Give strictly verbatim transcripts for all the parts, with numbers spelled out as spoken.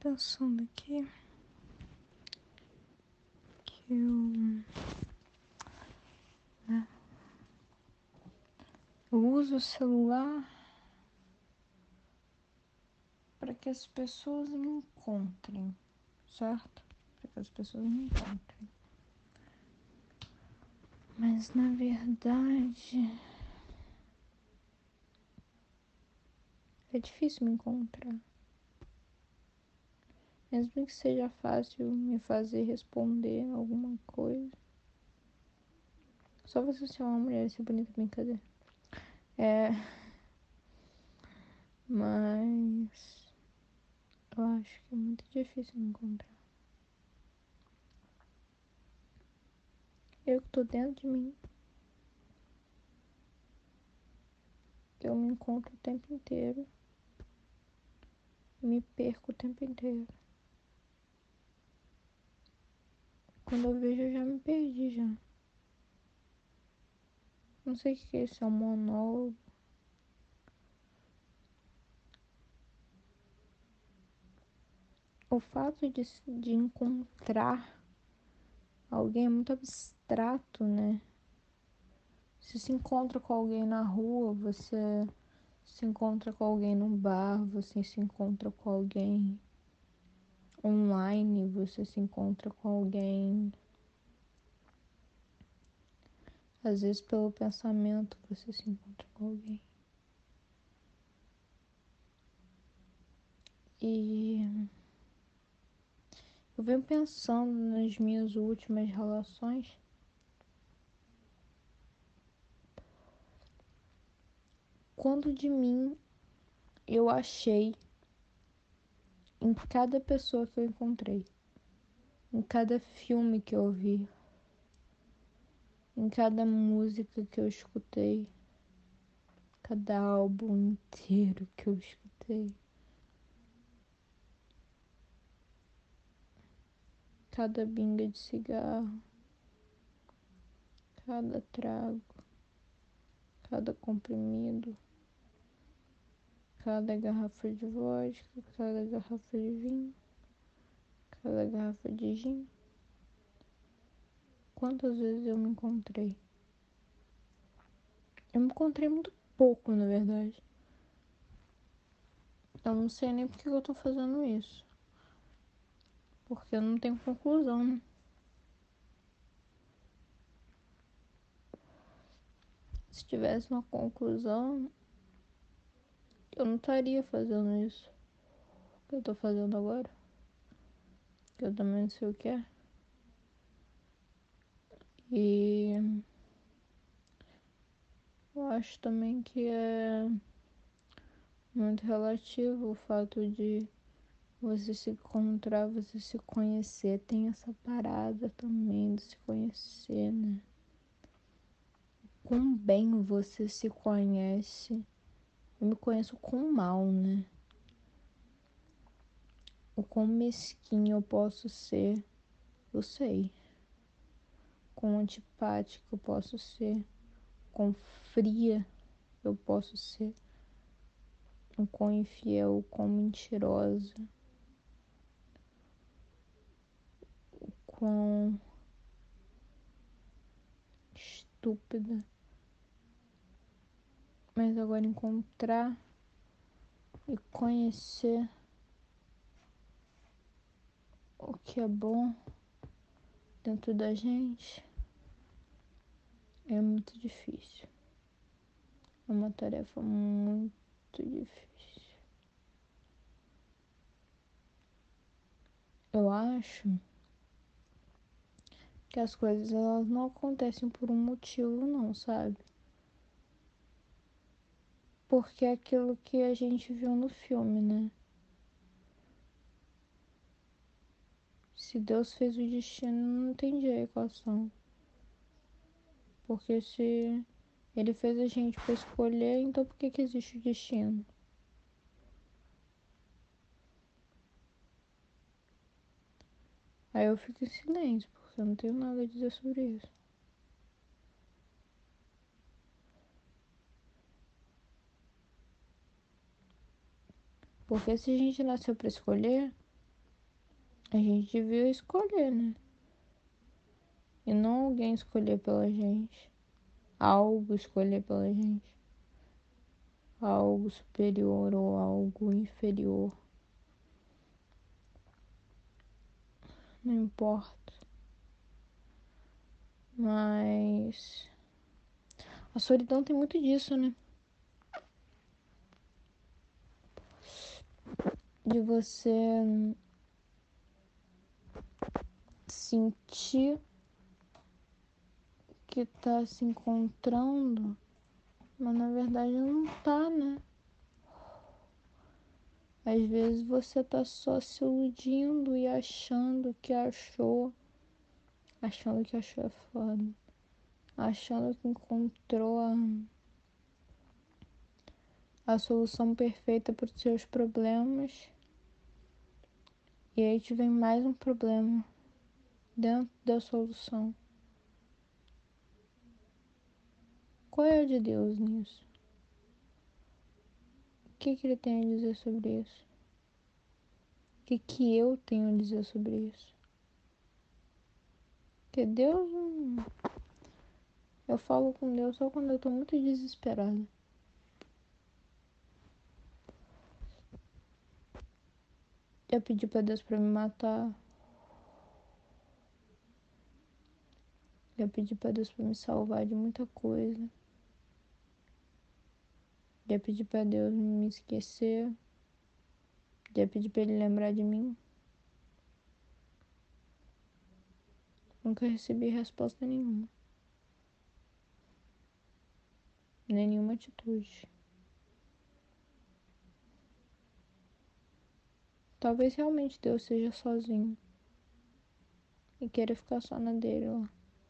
Pensando aqui que eu, né, eu uso o celular para que as pessoas me encontrem, certo? Para que as pessoas me encontrem. Mas na verdade é difícil me encontrar. Mesmo que seja fácil me fazer responder alguma coisa. Só você ser uma mulher e ser bonita, brincadeira. É. Mas eu acho que é muito difícil me encontrar. Eu que tô dentro de mim. Eu me encontro o tempo inteiro. Me perco o tempo inteiro. Quando eu vejo, eu já me perdi já. Não sei o que é isso, é um monólogo. O fato de, de encontrar alguém é muito abstrato, né? Você se encontra com alguém na rua, você se encontra com alguém num bar, você se encontra com alguém online, você se encontra com alguém. Às vezes pelo pensamento você se encontra com alguém. E eu venho pensando nas minhas últimas relações. Quando de mim eu achei em cada pessoa que eu encontrei, em cada filme que eu vi, em cada música que eu escutei, cada álbum inteiro que eu escutei, cada binga de cigarro, cada trago, cada comprimido, cada garrafa de vodka, cada garrafa de vinho, cada garrafa de gin. Quantas vezes eu me encontrei? Eu me encontrei muito pouco, na verdade. Eu não sei nem por que eu tô fazendo isso. Porque eu não tenho conclusão, né? Se tivesse uma conclusão, eu não estaria fazendo isso que eu tô fazendo agora. Que eu também não sei o que é. E eu acho também que é muito relativo o fato de você se encontrar, você se conhecer. Tem essa parada também de se conhecer, né? Quão bem você se conhece. Eu me conheço com mal, né? O quão mesquinho eu posso ser, eu sei. Quão antipática eu posso ser. Quão fria eu posso ser. O quão infiel, o quão mentirosa. O quão estúpida. Mas agora encontrar e conhecer o que é bom dentro da gente é muito difícil. É uma tarefa muito difícil. Eu acho que as coisas elas não acontecem por um motivo não, sabe? Porque é aquilo que a gente viu no filme, né? Se Deus fez o destino, não entendi a equação. Porque se ele fez a gente pra escolher, então por que que existe o destino? Aí eu fico em silêncio, porque eu não tenho nada a dizer sobre isso. Porque se a gente nasceu pra escolher, A gente devia escolher, né? E não alguém escolher pela gente. Algo escolher pela gente. Algo superior ou algo inferior. Não importa. Mas a solidão tem muito disso, né? De você sentir que tá se encontrando, mas na verdade não tá, né? Às vezes você tá só se iludindo e achando que achou, achando que achou é foda, achando que encontrou a, a solução perfeita para os seus problemas. E aí te vem mais um problema dentro da solução. Qual é o de Deus nisso? O que, que ele tem a dizer sobre isso? O que, que eu tenho a dizer sobre isso? Porque Deus não... Eu falo com Deus só quando eu tô muito desesperada. Já pedi pra Deus pra me matar. Já pedi pra Deus pra me salvar de muita coisa. Já pedi pra Deus me esquecer. Já pedi pra Ele lembrar de mim. Nunca recebi resposta nenhuma. Nem nenhuma atitude. Talvez realmente Deus seja sozinho. E queira ficar só na dele lá.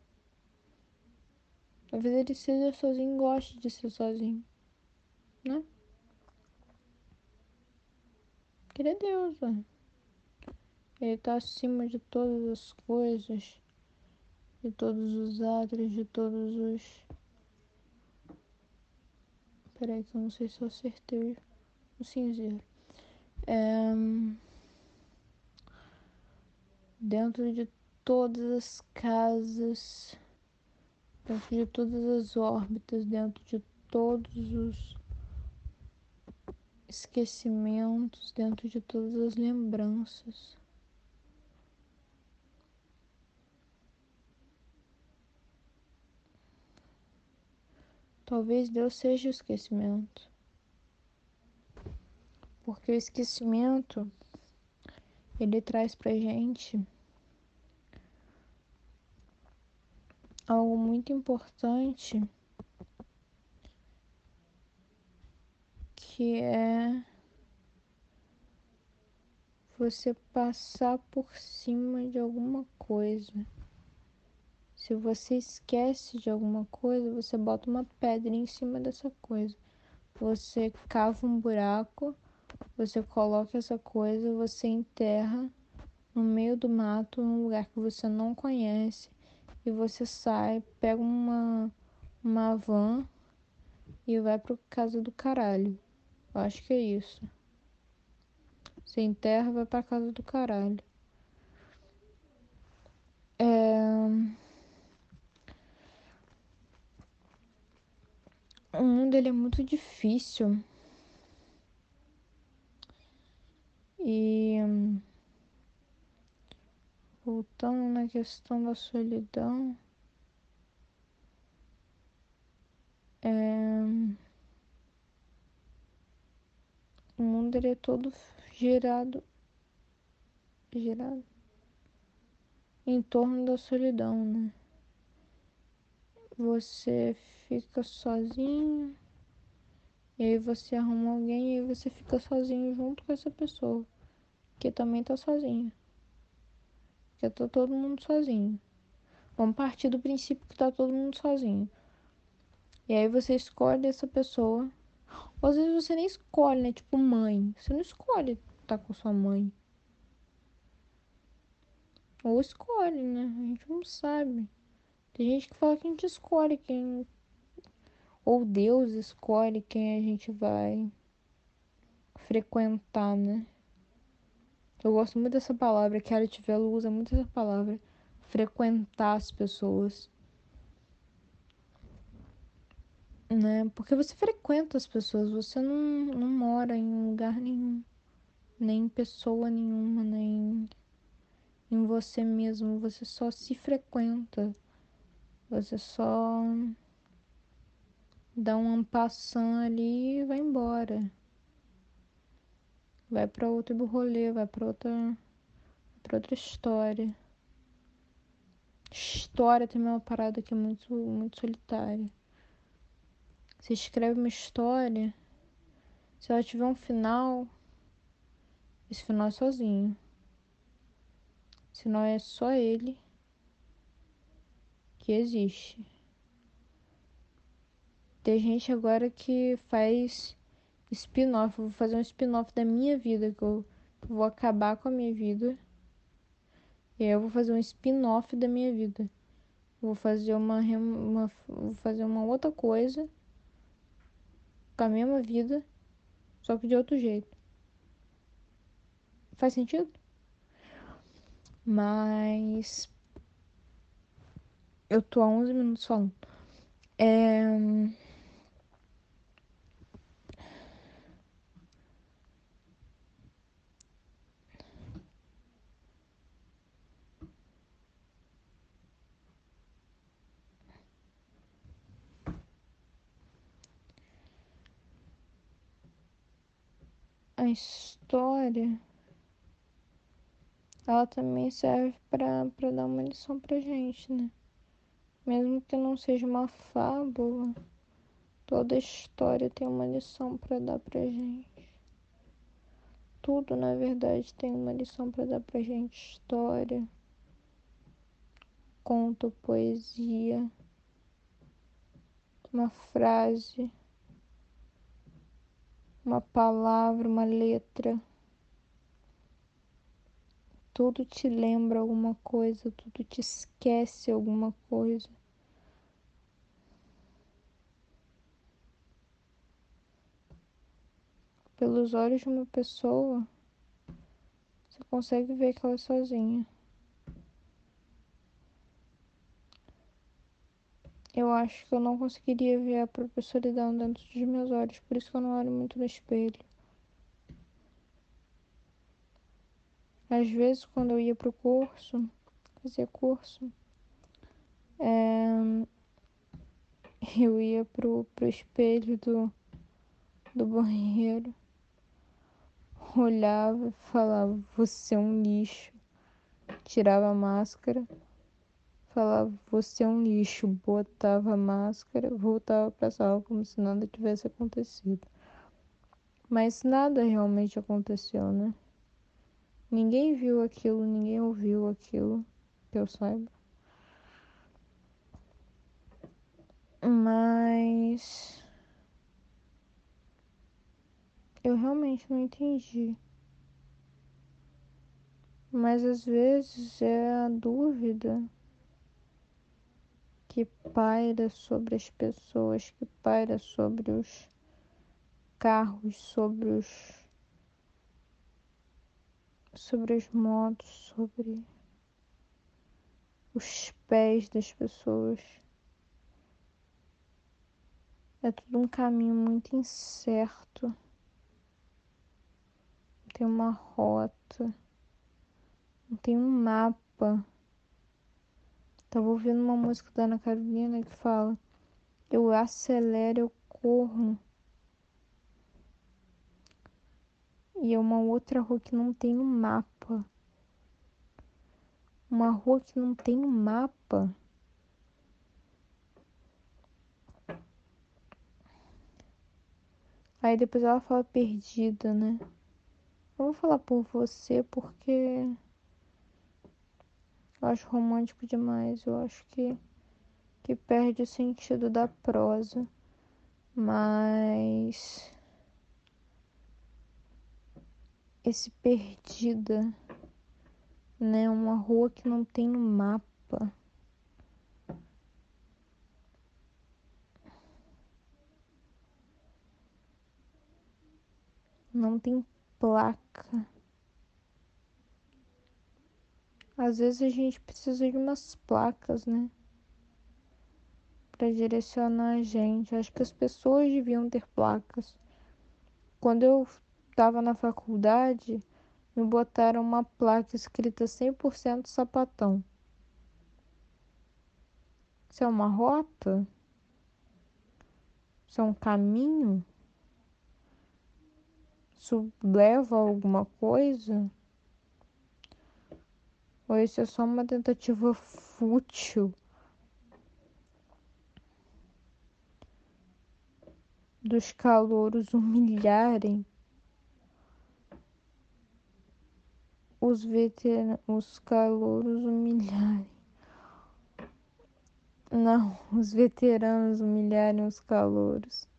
Talvez ele seja sozinho e goste de ser sozinho. Né? Porque ele é Deus, velho. Ele tá acima de todas as coisas. De todos os atos, de todos os... Peraí que eu não sei se eu acertei o cinzeiro. É... Dentro de todas as casas, dentro de todas as órbitas, dentro de todos os esquecimentos, dentro de todas as lembranças. Talvez Deus seja o esquecimento. Porque o esquecimento, ele traz pra gente algo muito importante, que é você passar por cima de alguma coisa. Se você esquece de alguma coisa, você bota uma pedra em cima dessa coisa. Você cava um buraco, você coloca essa coisa, você enterra no meio do mato, num lugar que você não conhece, e você sai, pega uma, uma van e vai pro casa do caralho. Eu acho que é isso. Você enterra e vai pra casa do caralho. É... O mundo ele é muito difícil. E voltando na questão da solidão, é... o mundo ele é todo girado, girado em torno da solidão, né? Você fica sozinho, e aí você arruma alguém e aí você fica sozinho junto com essa pessoa, que também tá sozinha. Que tá todo mundo sozinho. Vamos partir do princípio que tá todo mundo sozinho. E aí você escolhe essa pessoa. Ou às vezes você nem escolhe, né? Tipo mãe. Você não escolhe estar com sua mãe. Ou escolhe, né? A gente não sabe. Tem gente que fala que a gente escolhe quem. Ou Deus escolhe quem a gente vai frequentar, né? Eu gosto muito dessa palavra, que a Tivelo usa muito essa palavra. Frequentar as pessoas. Né? Porque você frequenta as pessoas, você não, não mora em lugar nenhum. Nem em pessoa nenhuma, nem em você mesmo. Você só se frequenta. Você só dá um passão ali e vai embora. Vai pra outro rolê, vai pra outra, pra outra história. História também é uma parada que é muito, muito solitária. Você escreve uma história, se ela tiver um final, esse final é sozinho. Senão é só ele que existe. Tem gente agora que faz spin-off. Eu vou fazer um spin-off da minha vida, que eu vou acabar com a minha vida. E aí eu vou fazer um spin-off da minha vida. Vou fazer uma, uma, vou fazer uma outra coisa com a mesma vida, só que de outro jeito. Faz sentido? Mas eu tô há onze minutos falando. É... A história, ela também serve pra, pra dar uma lição pra gente, né? Mesmo que não seja uma fábula, toda história tem uma lição pra dar pra gente. Tudo, na verdade, tem uma lição pra dar pra gente. História, conto, poesia, uma frase, uma palavra, uma letra. Tudo te lembra alguma coisa, tudo te esquece alguma coisa. Pelos olhos de uma pessoa, você consegue ver que ela é sozinha. Eu acho que eu não conseguiria ver a própria solidão dentro dos meus olhos, por isso que eu não olho muito no espelho. Às vezes, quando eu ia pro curso, fazia curso, é, eu ia pro, pro espelho do, do banheiro, olhava e falava, você é um lixo. Tirava a máscara, falava, você é um lixo. Botava a máscara, voltava pra sala como se nada tivesse acontecido. Mas nada realmente aconteceu, né? Ninguém viu aquilo, ninguém ouviu aquilo, que eu saiba. Mas eu realmente não entendi. Mas às vezes é a dúvida que paira sobre as pessoas, que paira sobre os carros, sobre os sobre as motos, sobre os pés das pessoas. É tudo um caminho muito incerto. Tem uma rota, não tem um mapa. Tava ouvindo uma música da Ana Carolina que fala: eu acelero, eu corro. E é uma outra rua que não tem um mapa. Uma rua que não tem um mapa. Aí depois ela fala perdida, né? Eu vou falar por você porque eu acho romântico demais. Eu acho que, que perde o sentido da prosa. Mas esse perdida, né? Uma rua que não tem um mapa. Não tem placa. Às vezes a gente precisa de umas placas, né? Pra direcionar a gente. Acho que as pessoas deviam ter placas. Quando eu tava na faculdade, me botaram uma placa escrita cem por cento sapatão. Isso é uma rota? Isso é um caminho? Isso leva a alguma coisa? Ou isso é só uma tentativa fútil dos calouros humilharem os veteranos, os calouros humilharem. Não, os veteranos humilharem os calouros.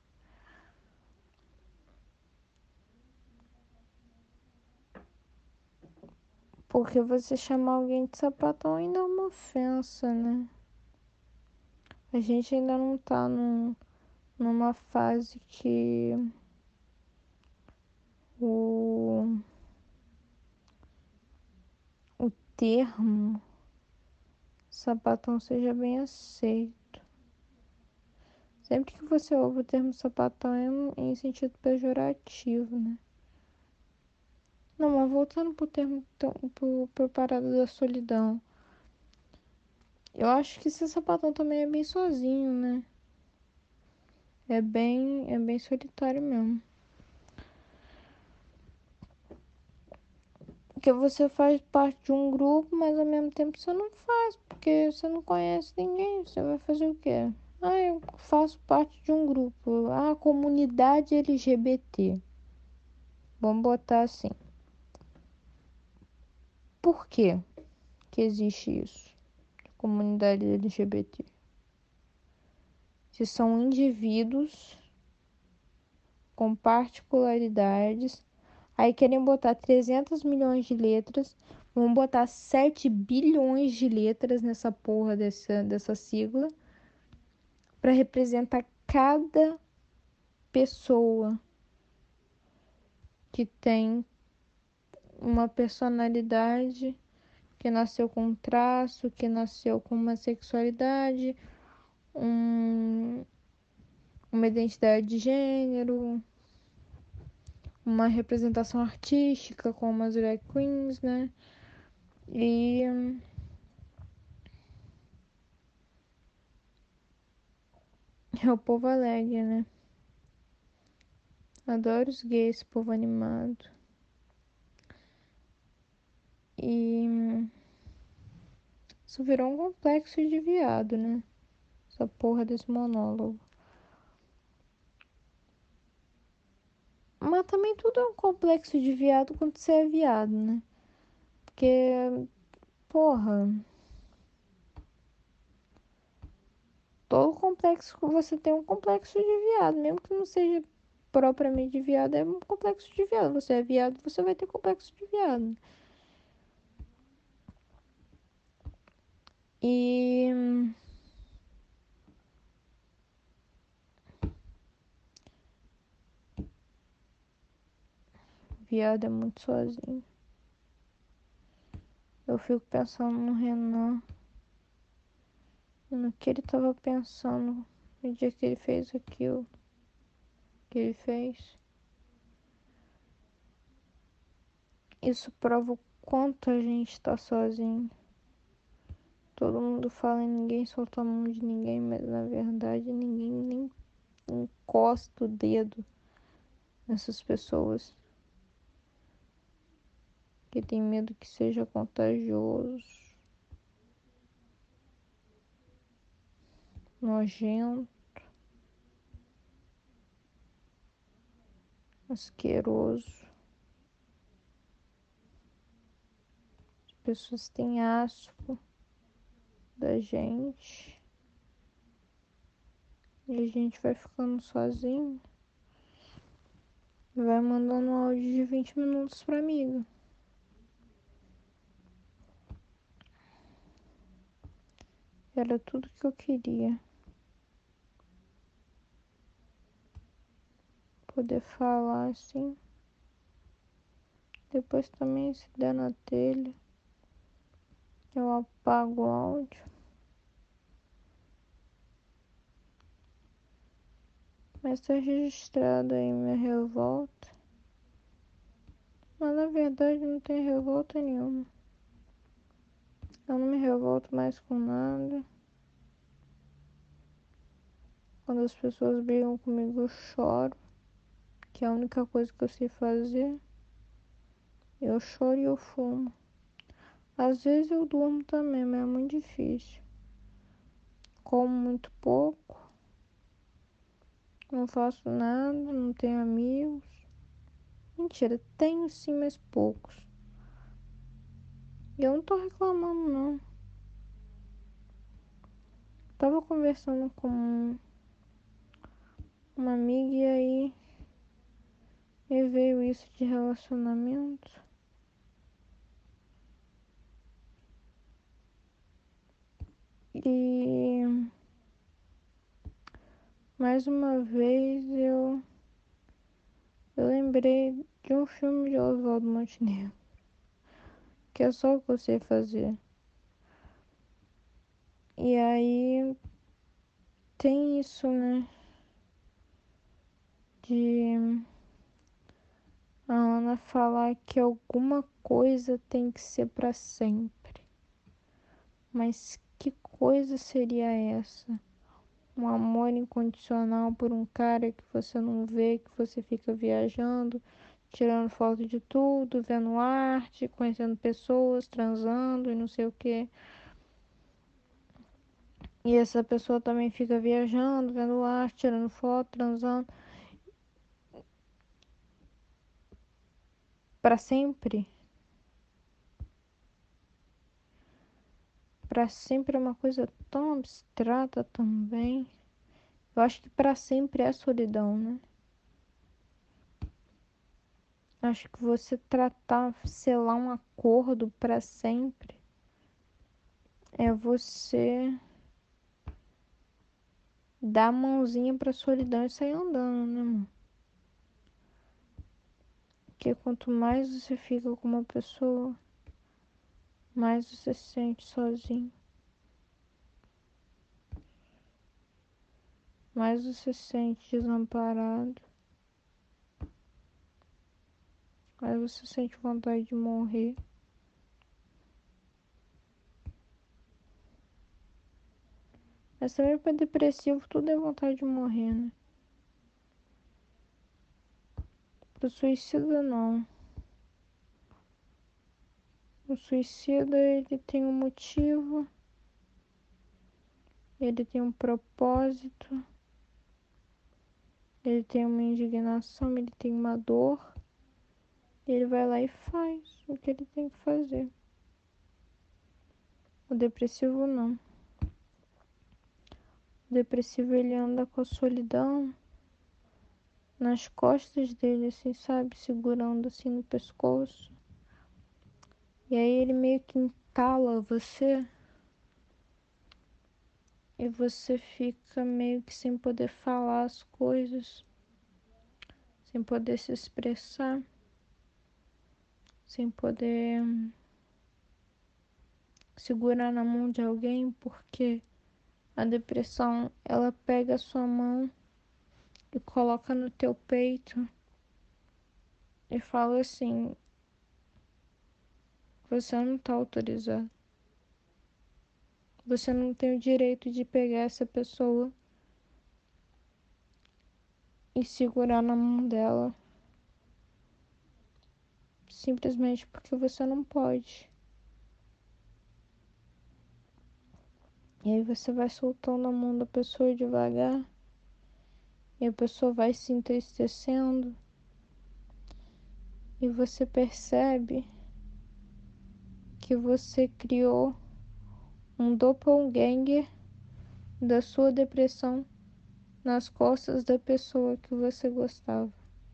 Porque você chamar alguém de sapatão ainda é uma ofensa, né? A gente ainda não tá num, numa fase que o, o termo sapatão seja bem aceito. Sempre que você ouve o termo sapatão é em sentido pejorativo, né? Não, mas voltando pro termo, pro, pro parada da solidão. Eu acho que ser sapatão também é bem sozinho, né? É bem, é bem solitário mesmo. Porque você faz parte de um grupo, mas ao mesmo tempo você não faz, porque você não conhece ninguém. Você vai fazer o quê? Ah, eu faço parte de um grupo. Ah, comunidade L G B T. Vamos botar assim. Por que que existe isso? Comunidade L G B T. Se são indivíduos com particularidades, aí querem botar trezentos milhões de letras, vão botar sete bilhões de letras nessa porra dessa, dessa sigla, para representar cada pessoa que tem uma personalidade, que nasceu com um traço, que nasceu com uma sexualidade, um, uma identidade de gênero, uma representação artística como as drag queens, né? E é o povo alegre, né? Adoro os gays, esse povo animado. E isso virou um complexo de viado, né? Essa porra desse monólogo. Mas também tudo é um complexo de viado quando você é viado, né? Porque, porra, todo complexo que você tem é um complexo de viado, mesmo que não seja propriamente de viado, é um complexo de viado. Você é viado, você vai ter complexo de viado. E viado é muito sozinho. Eu fico pensando no Renan, no que ele tava pensando no dia que ele fez aquilo que ele fez. Isso prova o quanto a gente tá sozinho. Todo mundo fala em ninguém solta a mão de ninguém, mas na verdade ninguém nem encosta o dedo nessas pessoas que tem medo que seja contagioso, nojento, asqueroso. As pessoas têm asco da gente e a gente vai ficando sozinho. Vai mandando um áudio de vinte minutos pra amiga. Era tudo que eu queria. Poder falar assim. Depois também se der na telha. Eu apago o áudio. Mas tá registrado aí minha revolta. Mas na verdade não tem revolta nenhuma. Eu não me revolto mais com nada. Quando as pessoas brigam comigo, eu choro. Que é a única coisa que eu sei fazer. Eu choro e eu fumo. Às vezes eu durmo também, mas é muito difícil. Como muito pouco. Não faço nada, não tenho amigos. Mentira, tenho sim, mas poucos. E eu não tô reclamando, não. Tava conversando com uma amiga e aí me veio isso de relacionamento. E mais uma vez eu, eu lembrei de um filme de Oswaldo Montenegro, que é só o que eu sei fazer. E aí tem isso, né? De a Ana falar que alguma coisa tem que ser pra sempre. Mas que coisa seria essa? Um amor incondicional por um cara que você não vê, que você fica viajando, tirando foto de tudo, vendo arte, conhecendo pessoas, transando e não sei o que. E essa pessoa também fica viajando, vendo arte, tirando foto, transando. Pra sempre? Pra sempre é uma coisa tão abstrata também. Eu acho que pra sempre é solidão, né? Acho que você tratar, selar um acordo pra sempre é você dar a mãozinha pra solidão e sair andando, né, mano? Porque quanto mais você fica com uma pessoa, mais você se sente sozinho. Mais você se sente desamparado. Mais você sente vontade de morrer. Mas também pra depressivo tudo é vontade de morrer, né? Pro suicida não. O suicida ele tem um motivo, ele tem um propósito, ele tem uma indignação, ele tem uma dor. Ele vai lá e faz o que ele tem que fazer. O depressivo não. O depressivo ele anda com a solidão nas costas dele, assim, sabe? Segurando assim no pescoço. E aí ele meio que entala você. E você fica meio que sem poder falar as coisas. Sem poder se expressar. Sem poder segurar na mão de alguém, porque a depressão, ela pega a sua mão e coloca no teu peito e fala assim: você não tá autorizado. Você não tem o direito de pegar essa pessoa e segurar na mão dela. Simplesmente porque você não pode. E aí você vai soltando a mão da pessoa devagar. E a pessoa vai se entristecendo. E você percebe que você criou um doppelganger da sua depressão nas costas da pessoa que você gostava.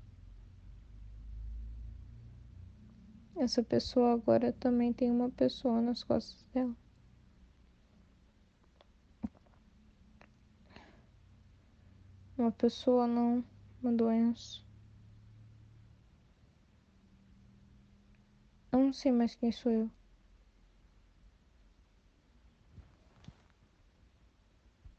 Essa pessoa agora também tem uma pessoa nas costas dela. Uma pessoa não, uma doença. Eu não sei mais quem sou eu.